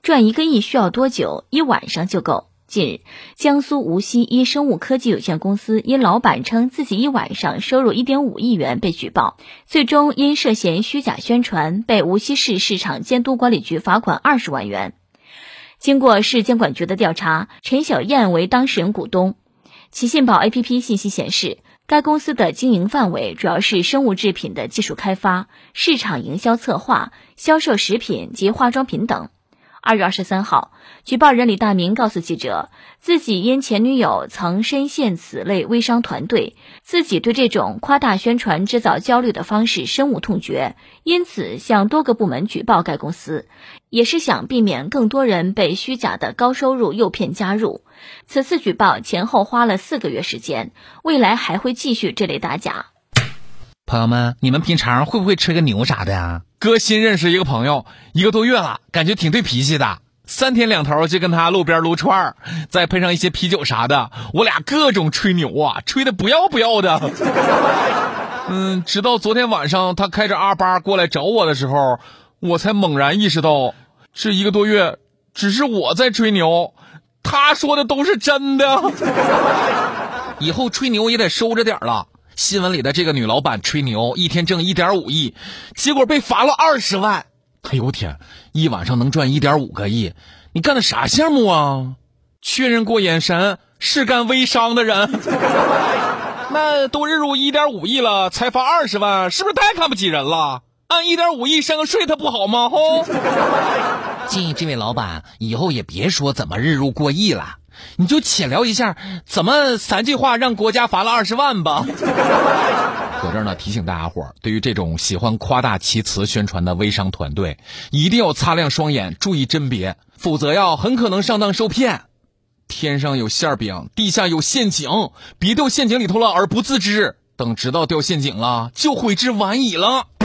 赚1个亿需要多久？1晚上就够。近日，江苏无锡一生物科技有限公司因老板称自己1晚上收入1.5亿元被举报，最终因涉嫌虚假宣传被无锡市市场监督管理局罚款20万元。经过市监管局的调查，陈小燕为当事人股东。奇信宝 APP 信息显示，该公司的经营范围主要是生物制品的技术开发、市场营销策划、销售食品及化妆品等。2月23号，举报人李大明告诉记者，自己因前女友曾深陷此类微商团队，自己对这种夸大宣传制造焦虑的方式深恶痛绝，因此向多个部门举报该公司，也是想避免更多人被虚假的高收入诱骗加入。此次举报前后花了4个月时间，未来还会继续这类打假。 朋友们，你们平常会不会吹个牛啥的呀？ 哥新认识一个朋友1个多月了，感觉挺对脾气的，3天2头就跟他路边撸串儿，再配上一些啤酒啥的，我俩各种吹牛啊，吹的不要不要的。直到昨天晚上他开着R8过来找我的时候，我才猛然意识到，这1个多月只是我在吹牛，他说的都是真的。 以后吹牛也得收着点了。新闻里的这个女老板吹牛1天挣1.5亿，结果被罚了20万。哎呦天，1晚上能赚1.5个亿，你干的啥项目啊？ 确认过眼神，是干微商的人。那都日入1.5亿了，才罚20万，是不是太看不起人了？按1.5亿升个税，他不好吗？ 建议这位老板以后也别说怎么日入过亿了，你就浅聊一下怎么3句话让国家罚了20万吧。 我这儿呢提醒大家伙，对于这种喜欢夸大其词宣传的微商团队，一定要擦亮双眼，注意甄别，否则很可能上当受骗。天上有馅饼，地下有陷阱，别掉陷阱里头了而不自知，等直到掉陷阱了，就悔之晚矣了。